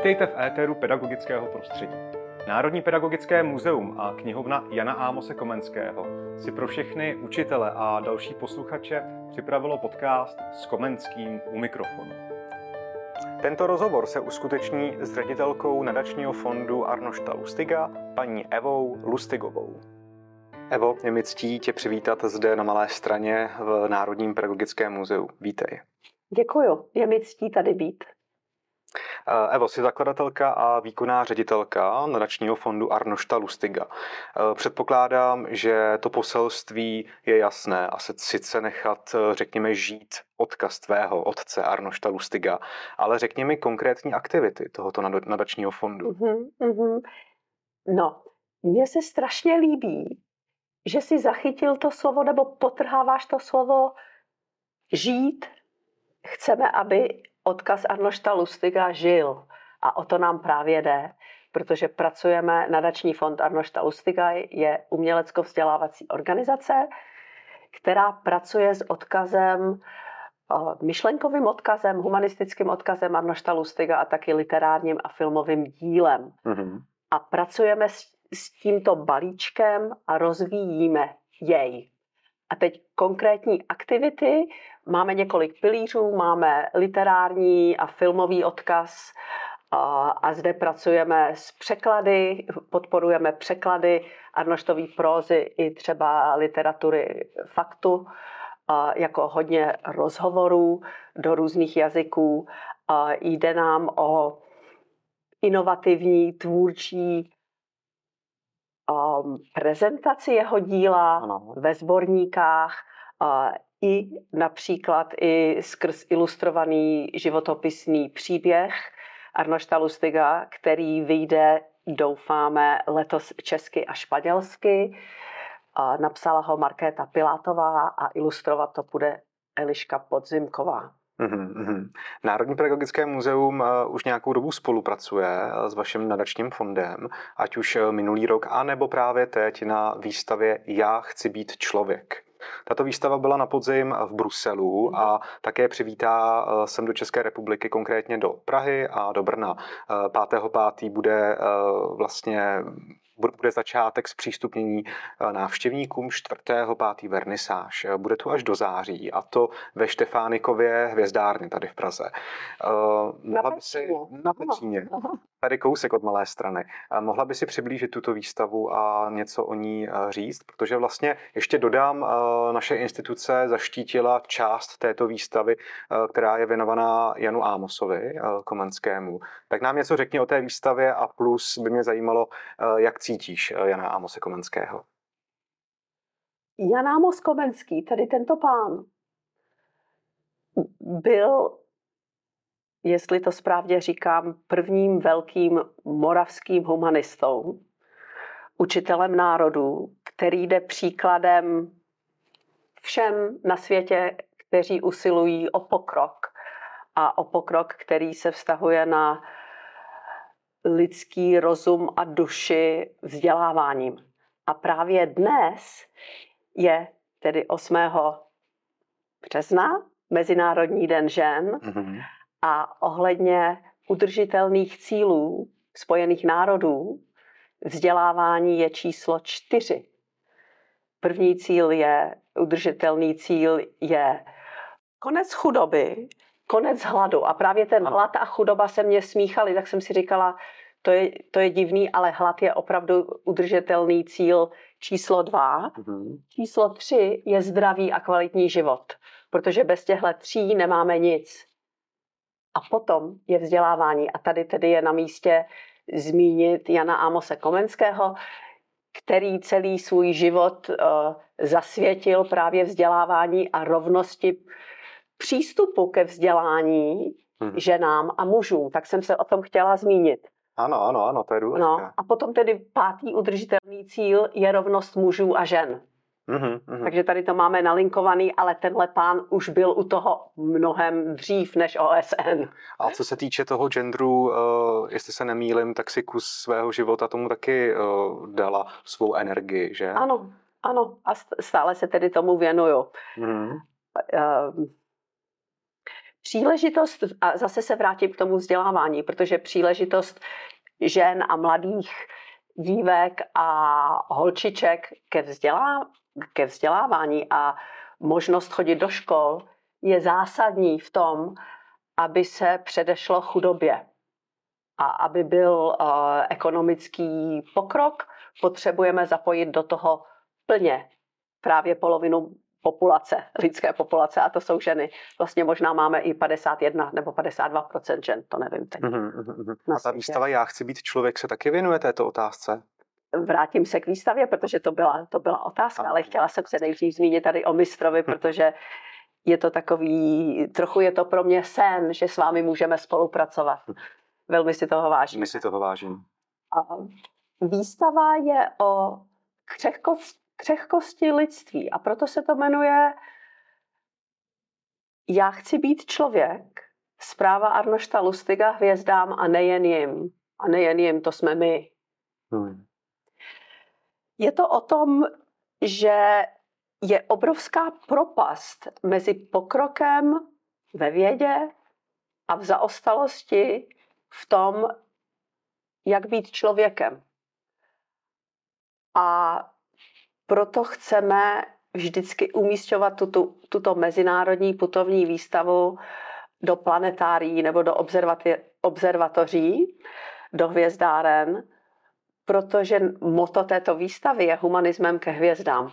Vítejte v éteru pedagogického prostředí. Národní pedagogické muzeum a knihovna Jana Ámose Komenského si pro všechny učitele a další posluchače připravilo podcast s Komenským u mikrofonu. Tento rozhovor se uskuteční s ředitelkou nadačního fondu Arnošta Lustiga, paní Evou Lustigovou. Evo, je mi ctí tě přivítat zde na Malé Straně v Národním pedagogickém muzeu. Vítej. Děkuju, je mi ctí tady být. Evo, jsi zakladatelka a výkonná ředitelka nadačního fondu Arnošta Lustiga. Předpokládám, že to poselství je jasné a sice nechat, řekněme, žít odkaz tvého otce Arnošta Lustiga, ale řekni mi konkrétní aktivity tohoto nadačního fondu. No, mně se strašně líbí, že si zachytil to slovo nebo potrháváš to slovo žít. Chceme, aby odkaz Arnošta Lustiga žil. A o to nám právě jde, protože pracujeme, nadační fond Arnošta Lustiga je umělecko-vzdělávací organizace, která pracuje s odkazem, myšlenkovým odkazem, humanistickým odkazem Arnošta Lustiga a taky literárním a filmovým dílem. A pracujeme s tímto balíčkem a rozvíjíme jej. A teď konkrétní aktivity. Máme několik pilířů, máme literární a filmový odkaz a zde pracujeme s překlady, podporujeme překlady Arnoštovy prózy i třeba literatury faktu, jako hodně rozhovorů do různých jazyků. Jde nám o inovativní, tvůrčí prezentaci jeho díla ve sborníkách, i například i skrz ilustrovaný životopisný příběh Arnošta Lustiga, který vyjde, doufáme, letos česky a španělsky. Napsala ho Markéta Pilátová a ilustrovat to bude Eliška Podzimková. Národní pedagogické muzeum už nějakou dobu spolupracuje s vaším nadačním fondem, ať už minulý rok, anebo právě teď na výstavě Já chci být člověk. Tato výstava byla na podzim v Bruselu a také přivítá sem do České republiky, konkrétně do Prahy a do Brna. 5.5. bude začátek zpřístupnění návštěvníkům, 4.5. vernisáž. Bude tu až do září, a to ve Štefánikově hvězdárně tady v Praze. Na Petříně. Tady kousek od Malé Strany. Mohla by si přiblížit tuto výstavu a něco o ní říct? Protože vlastně, ještě dodám, naše instituce zaštítila část této výstavy, která je věnovaná Janu Ámosovi Komenskému. Tak nám něco řekni o té výstavě a plus by mě zajímalo, jak cítíš Jana Ámose Komenského. Jan Ámos Komenský, tady tento pán, byl, jestli to správně říkám, prvním velkým moravským humanistou, učitelem národů, který jde příkladem všem na světě, kteří usilují o pokrok. A o pokrok, který se vztahuje na lidský rozum a duši vzděláváním. A právě dnes je tedy 8. března, Mezinárodní den žen, a ohledně udržitelných cílů Spojených národů vzdělávání je číslo 4. První cíl je, udržitelný cíl je konec chudoby, konec hladu. A právě ten hlad a chudoba se mně smíchaly, tak jsem si říkala, to je divný, ale hlad je opravdu udržitelný cíl číslo 2. Číslo 3 je zdravý a kvalitní život, protože bez těchto 3 nemáme nic. A potom je vzdělávání. A tady tedy je na místě zmínit Jana Ámose Komenského, který celý svůj život zasvětil právě vzdělávání a rovnosti přístupu ke vzdělání ženám a mužům. Tak jsem se o tom chtěla zmínit. Ano, to je důležité. No, a potom tedy 5. udržitelný cíl je rovnost mužů a žen. Takže tady to máme nalinkovaný, ale tenhle pán už byl u toho mnohem dřív než OSN. A co se týče toho genderu, jestli se nemýlim, tak si kus svého života tomu taky dala svou energii, že? Ano. A stále se tedy tomu věnuju. Příležitost, a zase se vrátím k tomu vzdělávání, protože příležitost žen a mladých dívek a holčiček ke vzdělávání a možnost chodit do škol je zásadní v tom, aby se předešlo chudobě. A aby byl ekonomický pokrok, potřebujeme zapojit do toho plně právě polovinu populace, lidské populace, a to jsou ženy. Vlastně možná máme i 51 nebo 52% žen, to nevím teď. A ta výstava Já chci být člověk se taky věnuje této otázce? Vrátím se k výstavě, protože to byla otázka, ale chtěla jsem se nejdřív zmínit tady o mistrovi, protože je to takový, trochu je to pro mě sen, že s vámi můžeme spolupracovat. Velmi si toho vážím. My si toho vážím. A výstava je o křehkosti lidství a proto se to jmenuje Já chci být člověk. Zpráva Arnošta Lustiga hvězdám a nejen jim. A nejen jim, to jsme my. Je to o tom, že je obrovská propast mezi pokrokem ve vědě a v zaostalosti v tom, jak být člověkem. A proto chceme vždycky umísťovat tuto mezinárodní putovní výstavu do planetárií nebo do observatoří, do hvězdáren, protože motto této výstavy je humanismem ke hvězdám.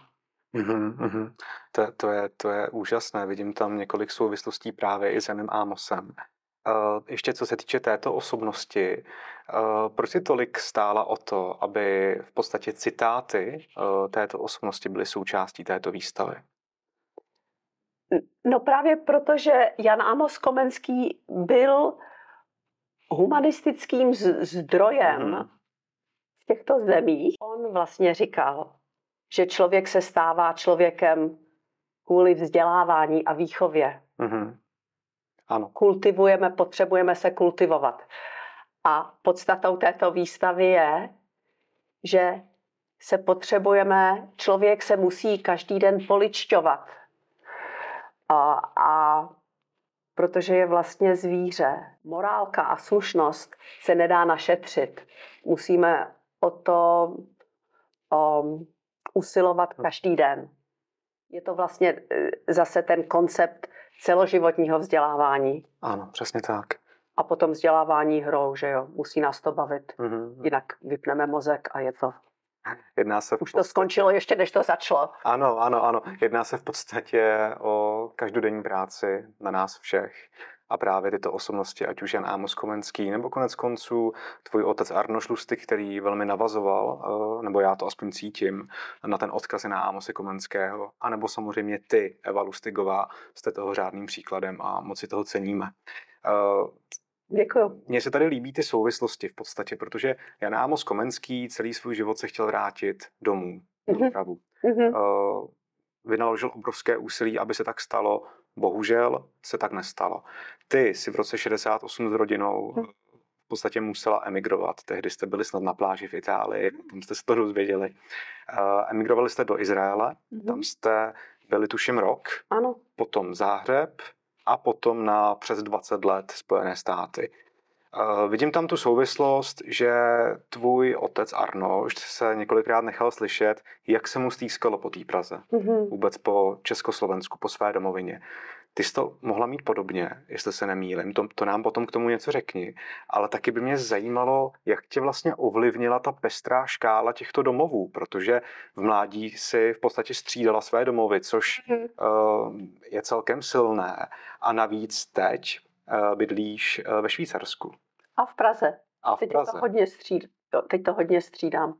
To je úžasné. Vidím tam několik souvislostí právě i s Janem Amosem. Ještě co se týče této osobnosti, proč si tolik stála o to, aby v podstatě citáty této osobnosti byly součástí této výstavy? No právě proto, že Jan Amos Komenský byl humanistickým zdrojem v těchto zemích. On vlastně říkal, že člověk se stává člověkem kvůli vzdělávání a výchově. Ano. Potřebujeme se kultivovat. A podstatou této výstavy je, že člověk se musí každý den poličťovat. A protože je vlastně zvíře. Morálka a slušnost se nedá našetřit. Musíme o to usilovat každý den. Je to vlastně zase ten koncept celoživotního vzdělávání. Ano, přesně tak. A potom vzdělávání hrou, že jo, musí nás to bavit. Jinak vypneme mozek a je to... Už to skončilo ještě, než to začalo. Ano. Jedná se v podstatě o každodenní práci na nás všech. A právě tyto osobnosti, ať už Jan Amos Komenský, nebo konec konců tvůj otec Arnošt Lustig, který velmi navazoval, nebo já to aspoň cítím, na ten odkaz na Amose Komenského, anebo samozřejmě ty, Eva Lustigová, jste toho řádným příkladem a moc si toho ceníme. Děkuju. Mně se tady líbí ty souvislosti v podstatě, protože Jan Amos Komenský celý svůj život se chtěl vrátit domů, do Prahu. Vynaložil obrovské úsilí, aby se tak stalo. Bohužel se tak nestalo. Ty si v roce 68 s rodinou v podstatě musela emigrovat. Tehdy jste byli snad na pláži v Itálii, tam jste se to dozvěděli. Emigrovali jste do Izraele, tam jste byli tuším rok, ano. Potom Záhřeb a potom na přes 20 let Spojené státy. Vidím tam tu souvislost, že tvůj otec Arnošt se několikrát nechal slyšet, jak se mu stýskalo po té Praze. Vůbec po Československu, po své domovině. Ty jsi to mohla mít podobně, jestli se nemýlím, to nám potom k tomu něco řekni, ale taky by mě zajímalo, jak tě vlastně ovlivnila ta pestrá škála těchto domovů, protože v mládí si v podstatě střídala své domovy, což je celkem silné a navíc teď bydlíš ve Švýcarsku. A v Praze. Teď to hodně střídám.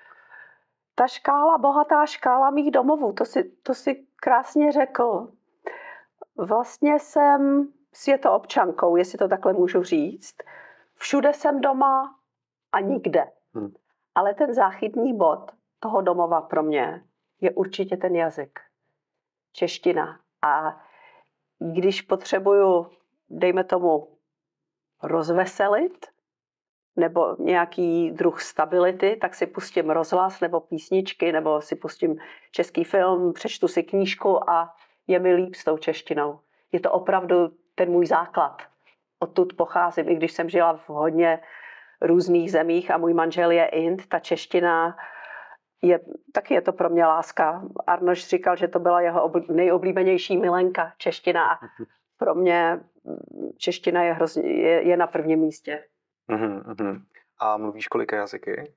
Ta škála, bohatá škála mých domovů, to si krásně řekl. Vlastně jsem světoobčankou, jestli to takhle můžu říct. Všude jsem doma a nikde. Ale ten záchytný bod toho domova pro mě je určitě ten jazyk. Čeština. A když potřebuju, dejme tomu, rozveselit nebo nějaký druh stability, tak si pustím rozhlas nebo písničky, nebo si pustím český film, přečtu si knížku a je mi líp s tou češtinou. Je to opravdu ten můj základ. Odtud pocházím, i když jsem žila v hodně různých zemích a můj manžel je Ind, ta čeština taky je to pro mě láska. Arnošt říkal, že to byla jeho nejoblíbenější milenka, čeština. A pro mě čeština je na prvním místě. A mluvíš kolika jazyky?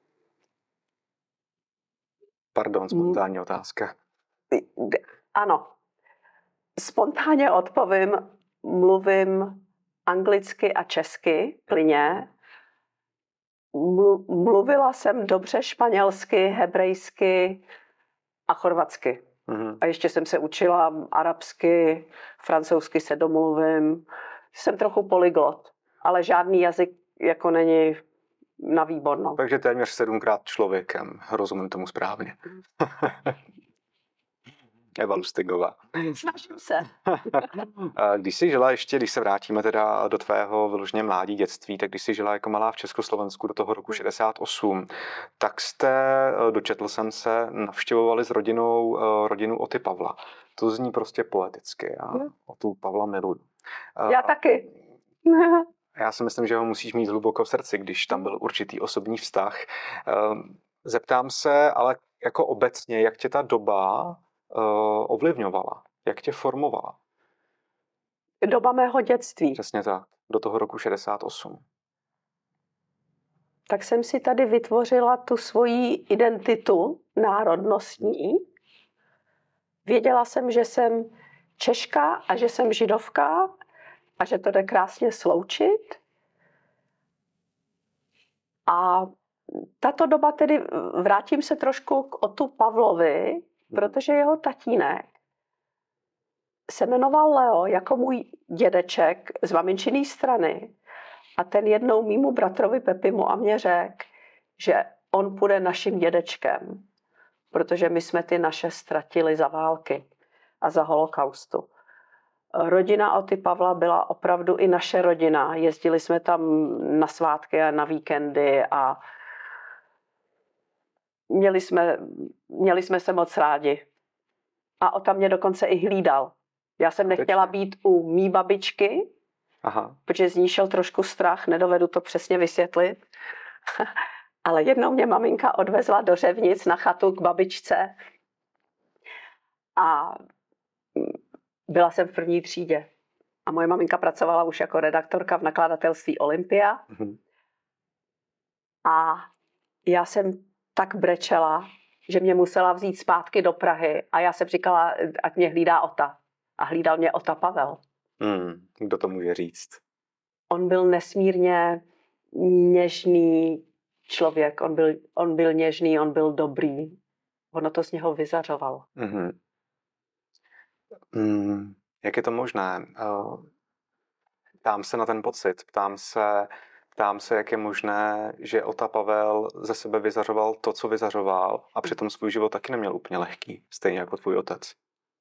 Pardon, spontánní otázka. Ano. Spontánně odpovím, mluvím anglicky a česky plně. Mluvila jsem dobře španělsky, hebrejsky a chorvatsky. A ještě jsem se učila arabsky, francouzsky se domluvím. Jsem trochu polyglot, ale žádný jazyk jako není na výbornou. Takže téměř 7krát člověkem, rozumím tomu správně. Eva Lustigová. Snažím se. Když jsi žila ještě, když se vrátíme teda do tvého vyloženě mládí, dětství, tak když jsi žila jako malá v Československu do toho roku 68, tak jste, dočetl jsem se, navštěvovali s rodinu Oty Pavla. To zní prostě poeticky. Já Otu Pavla miluju. Já taky. Já si myslím, že ho musíš mít hluboko v srdci, když tam byl určitý osobní vztah. Zeptám se, ale jako obecně, jak tě ta doba ovlivňovala? Jak tě formovala? Doba mého dětství. Přesně tak, do toho roku 68. Tak jsem si tady vytvořila tu svoji identitu národnostní. Věděla jsem, že jsem Češka a že jsem Židovka a že to jde krásně sloučit. A tato doba tedy, vrátím se trošku k Otu Pavlovi, protože jeho tatínek se jmenoval Leo jako můj dědeček z maminčiný strany a ten jednou mýmu bratrovi Pepimu a mě řekl, že on půjde naším dědečkem, protože my jsme ty naše ztratili za války a za holokaustu. Rodina Oty Pavla byla opravdu i naše rodina. Jezdili jsme tam na svátky a na víkendy a měli jsme se moc rádi. A Ota mě dokonce i hlídal. Já jsem nechtěla být u mý babičky, protože z ní šel trošku strach, nedovedu to přesně vysvětlit. Ale jednou mě maminka odvezla do Řevnic na chatu k babičce a byla jsem v první třídě. A moje maminka pracovala už jako redaktorka v nakladatelství Olympia. A já jsem tak brečela, že mě musela vzít zpátky do Prahy a já jsem říkala, ať mě hlídá Ota. A hlídal mě Ota Pavel. Kdo to může říct? On byl nesmírně něžný člověk. On byl něžný, on byl dobrý. Ono to z něho vyzařovalo. Jak je to možné? Ptám se na ten pocit. Ptám se, jak je možné, že Ota Pavel ze sebe vyzařoval to, co vyzařoval a přitom svůj život taky neměl úplně lehký, stejně jako tvůj otec.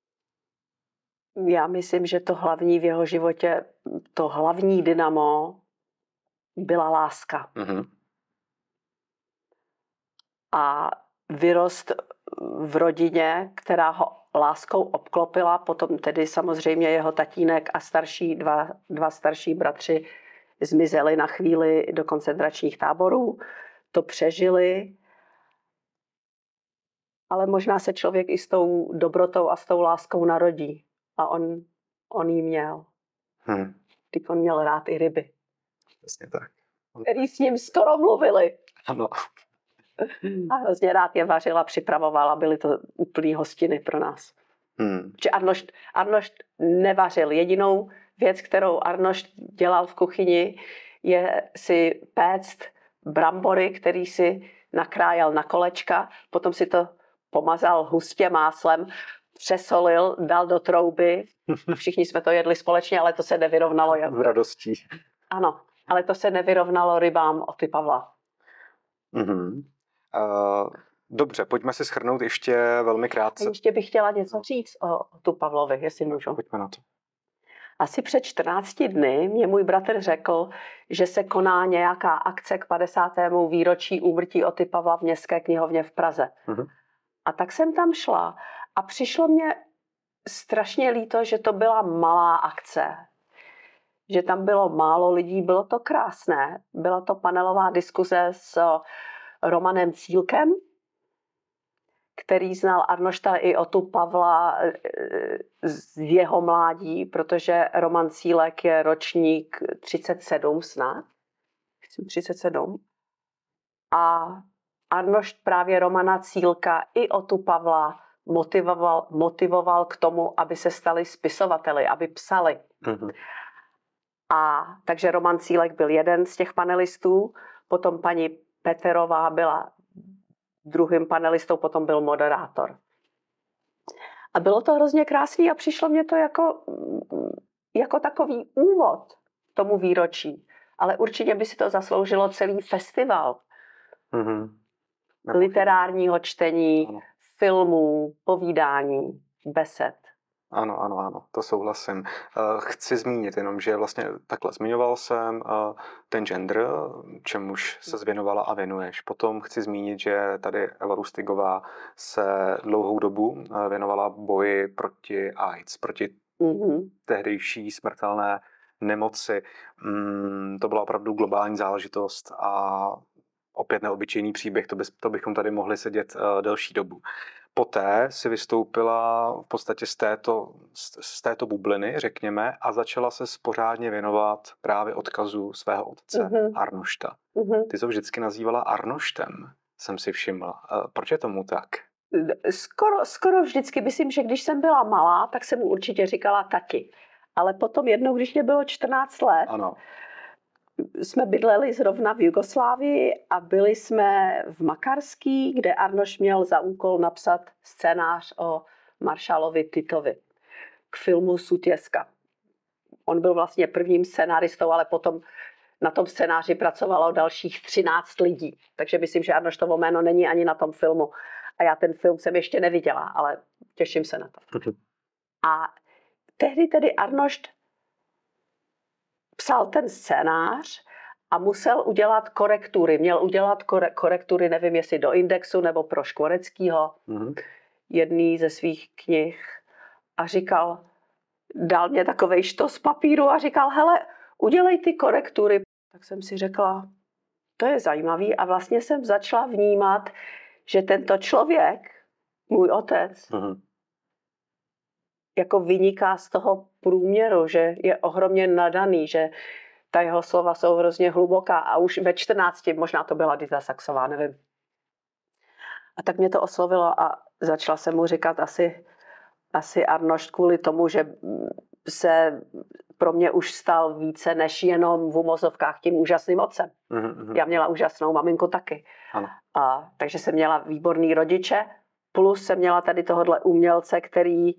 Já myslím, že to hlavní v jeho životě, to hlavní dynamo byla láska. A vyrost v rodině, která ho láskou obklopila, potom tedy samozřejmě jeho tatínek a dva starší bratři zmizeli na chvíli do koncentračních táborů, to přežili, ale možná se člověk i s tou dobrotou a s tou láskou narodí. A on jí měl. Teď on měl rád i ryby. Přesně tak. Který s ním skoro mluvili. Ano. A hrozně rád je vařil a připravoval a byly to úplný hostiny pro nás. Že Arnošt nevařil. Jedinou věc, kterou Arnošt dělal v kuchyni, je si péct brambory, který si nakrájel na kolečka, potom si to pomazal hustě máslem, přesolil, dal do trouby. Všichni jsme to jedli společně, ale to se nevyrovnalo. S radostí. Ano, ale to se nevyrovnalo rybám Oty Pavla. Dobře, pojďme si shrnout ještě velmi krátce. Ještě bych chtěla něco říct o Otu Pavlovi, jestli můžu. Pojďme na to. Asi před 14 dny mě můj bratr řekl, že se koná nějaká akce k 50. výročí úmrtí Oty Pavla v Městské knihovně v Praze. A tak jsem tam šla a přišlo mě strašně líto, že to byla malá akce. že tam bylo málo lidí, bylo to krásné. Byla to panelová diskuze s Romanem Cílkem, který znal Arnošta i Otu Pavla z jeho mládí, protože Roman Cílek je ročník 37 snad. 37. A Arnošt právě Romana Cílka i Otu Pavla motivoval k tomu, aby se stali spisovateli, aby psali. Mhm. A takže Roman Cílek byl jeden z těch panelistů, potom paní Peterová byla druhým panelistou, potom byl moderátor. A bylo to hrozně krásný a přišlo mě to jako takový úvod tomu výročí. Ale určitě by si to zasloužilo celý festival literárního čtení, Ano. filmů, povídání, besed. Ano, to souhlasím. Chci zmínit jenom, že vlastně takhle zmiňoval jsem ten gender, čemuž se zvěnovala a věnuješ. Potom chci zmínit, že tady Eva Lustigová se dlouhou dobu věnovala boji proti AIDS, proti tehdejší smrtelné nemoci. To byla opravdu globální záležitost a opět neobyčejný příběh, to bychom tady mohli sedět delší dobu. Poté si vystoupila v podstatě z této bubliny, řekněme, a začala se pořádně věnovat právě odkazu svého otce, Arnošta. Ty to vždycky nazývala Arnoštem, jsem si všimla. Proč je tomu tak? Skoro vždycky. Myslím, že když jsem byla malá, tak jsem mu určitě říkala tati. Ale potom jednou, když mě bylo 14 let, Ano. jsme bydleli zrovna v Jugoslávii a byli jsme v Makarský, kde Arnošt měl za úkol napsat scénář o maršálovi Titovi k filmu Sutěska. On byl vlastně prvním scénáristou, ale potom na tom scénáři pracovalo dalších 13 lidí. Takže myslím, že Arnoštovo jméno není ani na tom filmu. A já ten film jsem ještě neviděla, ale těším se na to. A tehdy tedy Arnošt psal ten scénář a musel udělat korektury. Měl udělat korektury, nevím, jestli do Indexu nebo pro Škvoreckýho, jedný ze svých knih. A říkal, dal mě takovej štos papíru a říkal, hele, udělej ty korektury. Tak jsem si řekla, to je zajímavý a vlastně jsem začala vnímat, že tento člověk, můj otec, jako vyniká z toho průměru, že je ohromně nadaný, že ta jeho slova jsou hrozně hluboká a už ve 14, možná to byla Dita Saxová, nevím. A tak mě to oslovilo a začala jsem mu říkat asi Arnošt kvůli tomu, že se pro mě už stal více než jenom v uvozovkách tím úžasným otcem. Já měla úžasnou maminku taky. Ano. Takže jsem měla výborný rodiče, plus jsem měla tady tohohle umělce, který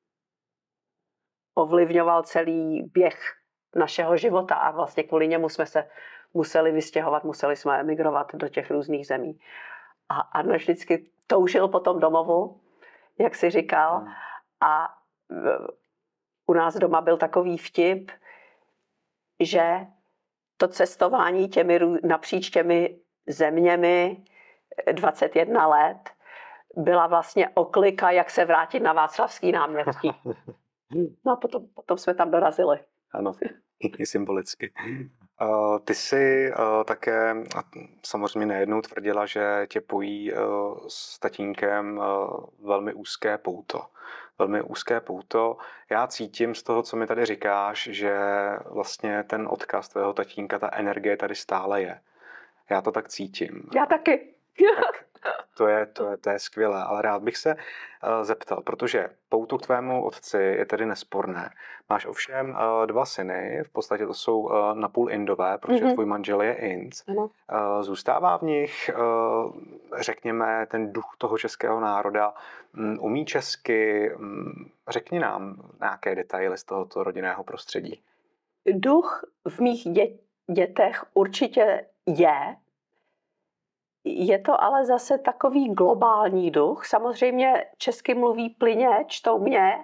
ovlivňoval celý běh našeho života a vlastně kvůli němu jsme se museli vystěhovat, museli jsme emigrovat do těch různých zemí. A Arnošt vždycky toužil po tom domovu, jak si říkal, a u nás doma byl takový vtip, že to cestování napříč těmi zeměmi 21 let byla vlastně oklika, jak se vrátit na Václavský náměstí. No a potom jsme tam dorazili. Ano, i symbolicky. Ty jsi také samozřejmě nejednou tvrdila, že tě pojí s tatínkem velmi úzké pouto. Velmi úzké pouto. Já cítím z toho, co mi tady říkáš, že vlastně ten odkaz tvého tatínka, ta energie tady stále je. Já to tak cítím. Já taky. Tak to je skvělé, ale rád bych se zeptal, protože pouto k tvému otci je tedy nesporné. Máš ovšem 2 syny, v podstatě to jsou napůl Indové, protože tvůj manžel je Ind. Zůstává v nich, řekněme, ten duch toho českého národa, umí česky, řekni nám nějaké detaily z tohoto rodinného prostředí. Duch v mých dětech určitě je. Je to ale zase takový globální duch. Samozřejmě česky mluví plyně, čtou mě.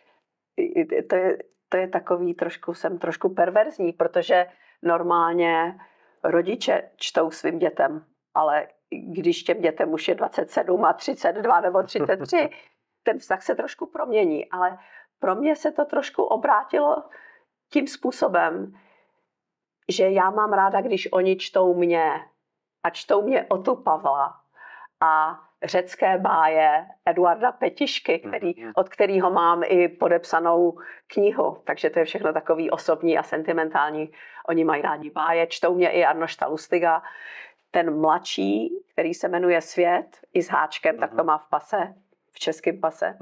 To je takový jsem trošku perverzní, protože normálně rodiče čtou svým dětem, ale když těm dětem už je 27 a 32 nebo 33, ten vztah se trošku promění. Ale pro mě se to trošku obrátilo tím způsobem, že já mám ráda, když oni čtou mě a čtou mě Otu Pavla a řecké báje Eduarda Petišky, od kterého mám i podepsanou knihu. Takže to je všechno takový osobní a sentimentální. Oni mají rádi báje, čtou mě i Arnošta Lustiga. Ten mladší, který se jmenuje Svět, i s háčkem, tak to má v pase, v českém pase.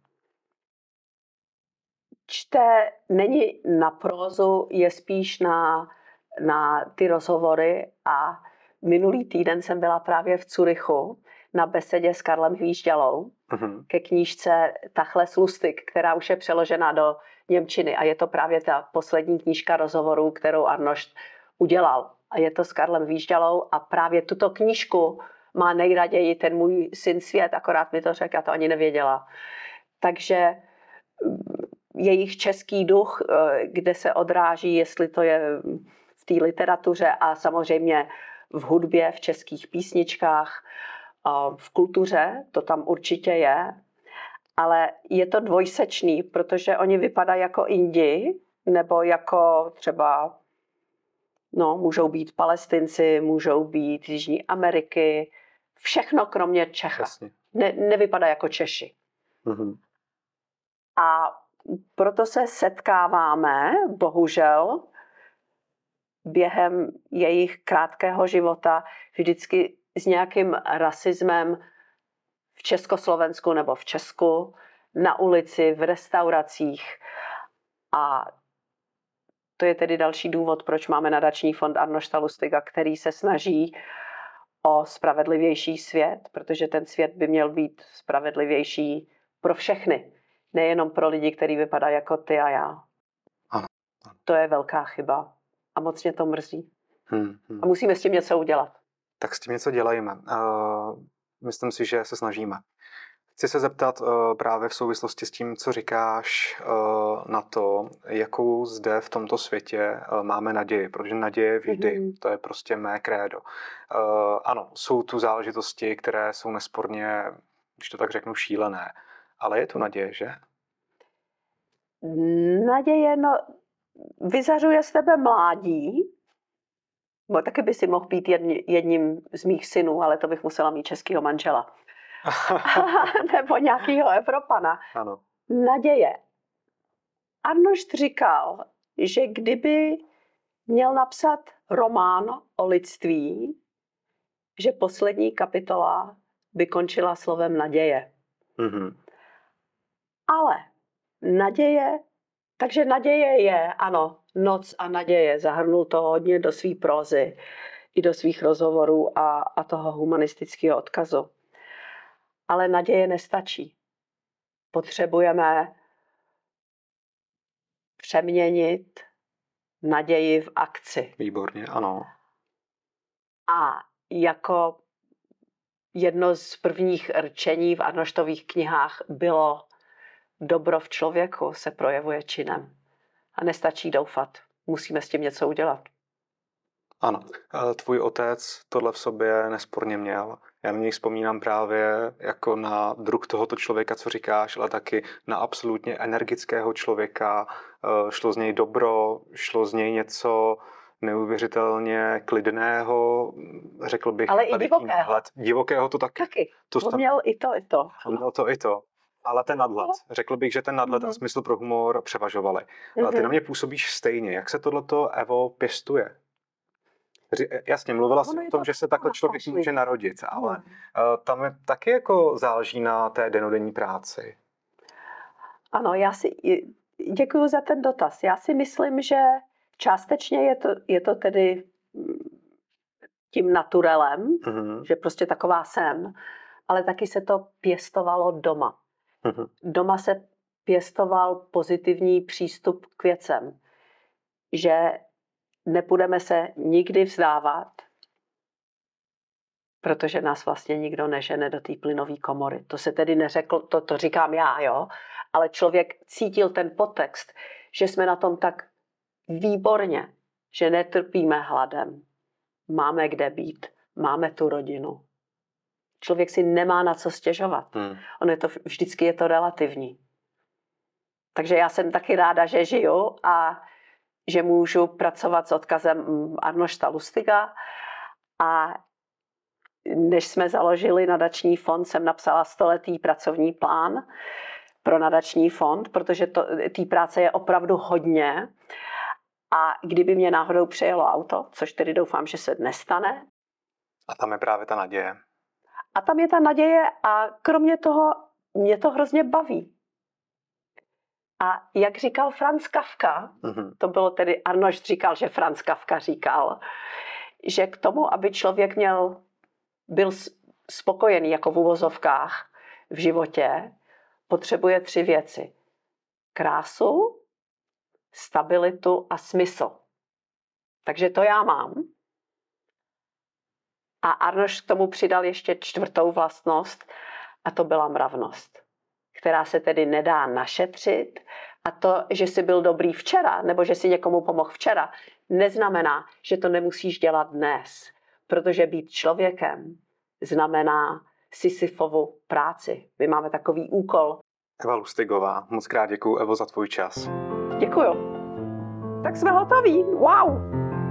Čte, není na prózu, je spíš na ty rozhovory a minulý týden jsem byla právě v Curychu na besedě s Karlem Hvížďalou ke knížce Tachles Lustig, která už je přeložena do němčiny a je to právě ta poslední knížka rozhovorů, kterou Arnošt udělal. A je to s Karlem Hvížďalou a právě tuto knížku má nejraději ten můj syn Svět, akorát mi to řekl, já to ani nevěděla. Takže jejich český duch, kde se odráží, jestli to je v té literatuře a samozřejmě v hudbě, v českých písničkách, v kultuře, to tam určitě je, ale je to dvojsečný, protože oni vypadají jako Indi, nebo jako třeba, můžou být Palestinci, můžou být z Jižní Ameriky, všechno kromě Čecha. Nevypadá jako Češi. A proto se setkáváme, bohužel, během jejich krátkého života vždycky s nějakým rasismem v Československu nebo v Česku, na ulici, v restauracích. A to je tedy další důvod, proč máme nadační fond Arnošta Lustiga, který se snaží o spravedlivější svět, protože ten svět by měl být spravedlivější pro všechny. Nejenom pro lidi, kteří vypadají jako ty a já. Ano. To je velká chyba. A moc mě to mrzí. A musíme s tím něco udělat. Tak s tím něco dělejme. Myslím si, že se snažíme. Chci se zeptat právě v souvislosti s tím, co říkáš na to, jakou zde v tomto světě máme naději, protože naděje vždy, to je prostě mé krédo. Ano, jsou tu záležitosti, které jsou nesporně, když to tak řeknu, šílené, ale je tu naděje, že? Naděje, vyzařuje z tebe mládí, bo taky by si mohl být jedním z mých synů, ale to bych musela mít českýho manžela. Nebo nějakýho Evropana. Ano. Naděje. Arnošt říkal, že kdyby měl napsat román o lidství, že poslední kapitola by končila slovem naděje. Ale takže naděje je, ano, Noc a naděje, zahrnul to hodně do své prózy i do svých rozhovorů a toho humanistického odkazu. Ale naděje nestačí. Potřebujeme přeměnit naději v akci. Výborně, ano. A jako jedno z prvních rčení v Arnoštových knihách bylo: dobro v člověku se projevuje činem. A nestačí doufat. Musíme s tím něco udělat. Ano. Tvůj otec tohle v sobě nesporně měl. Já na něj vzpomínám právě jako na druh tohoto člověka, co říkáš, ale taky na absolutně energického člověka. Šlo z něj dobro, šlo z něj něco neuvěřitelně klidného, řekl bych. Ale i divokého. Divokého to taky. On měl i to. On měl to i to. Ale ten nadhled. Řekl bych, že ten nadhled a smysl pro humor převažovaly. Ty na mě působíš stejně. Jak se tohleto, Evo, pěstuje? Jasně, mluvila jsi o tom, že se takhle člověk může narodit, ale tam je taky jako záleží na té dennodenní práci. Ano, děkuji za ten dotaz. Já si myslím, že částečně je to tedy tím naturelem, že prostě taková jsem, ale taky se to pěstovalo doma. Doma se pěstoval pozitivní přístup k věcem, že nebudeme se nikdy vzdávat, protože nás vlastně nikdo nežene do té plynové komory. To se tedy neřekl, to říkám já, jo, ale člověk cítil ten podtext, že jsme na tom tak výborně, že netrpíme hladem, máme kde být, máme tu rodinu. Člověk si nemá na co stěžovat. Vždycky je to relativní. Takže já jsem taky ráda, že žiju a že můžu pracovat s odkazem Arnošta Lustiga a než jsme založili nadační fond, jsem napsala 100letý pracovní plán pro nadační fond, protože té práce je opravdu hodně a kdyby mě náhodou přejelo auto, což tedy doufám, že se nestane. A tam je právě ta naděje. A tam je ta naděje a kromě toho mě to hrozně baví. A jak říkal Franz Kafka, to bylo tedy, Arnošt říkal, že Franz Kafka říkal, že k tomu, aby člověk byl spokojený jako v uvozovkách v životě, potřebuje 3 věci. Krásu, stabilitu a smysl. Takže to já mám. A Arnošt k tomu přidal ještě 4. vlastnost a to byla mravnost, která se tedy nedá našetřit. A to, že jsi byl dobrý včera, nebo že jsi někomu pomohl včera, neznamená, že to nemusíš dělat dnes. Protože být člověkem znamená Sisyfovu práci. My máme takový úkol. Eva Lustigová, moc krát děkuju, Evo, za tvůj čas. Děkuju. Tak jsme hotoví. Wow!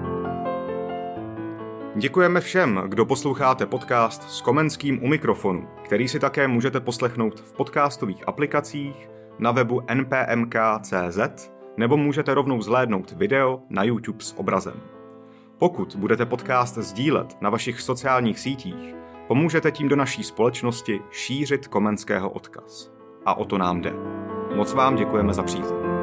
Děkujeme všem, kdo posloucháte podcast s Komenským u mikrofonu, který si také můžete poslechnout v podcastových aplikacích, na webu npmk.cz nebo můžete rovnou zhlédnout video na YouTube s obrazem. Pokud budete podcast sdílet na vašich sociálních sítích, pomůžete tím do naší společnosti šířit Komenského odkaz. A o to nám jde. Moc vám děkujeme za přízeň.